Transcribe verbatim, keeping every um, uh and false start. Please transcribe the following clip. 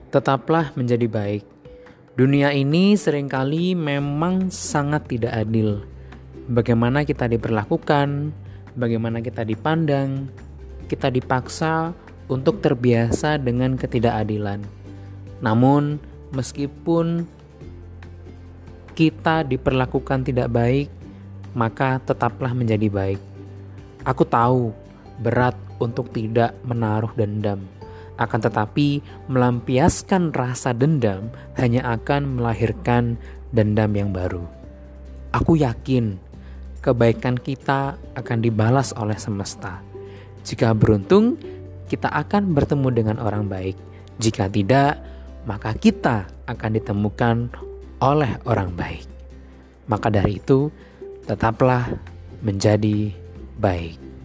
Tetaplah menjadi baik. Dunia ini seringkali memang sangat tidak adil. Bagaimana kita diperlakukan, bagaimana kita dipandang, kita dipaksa untuk terbiasa dengan ketidakadilan. Namun, meskipun kita diperlakukan tidak baik, maka tetaplah menjadi baik. Aku tahu berat untuk tidak menaruh dendam. Akan tetapi melampiaskan rasa dendam hanya akan melahirkan dendam yang baru. Aku yakin kebaikan kita akan dibalas oleh semesta. Jika beruntung, kita akan bertemu dengan orang baik. Jika tidak, maka kita akan ditemukan oleh orang baik. Maka dari itu, tetaplah menjadi baik.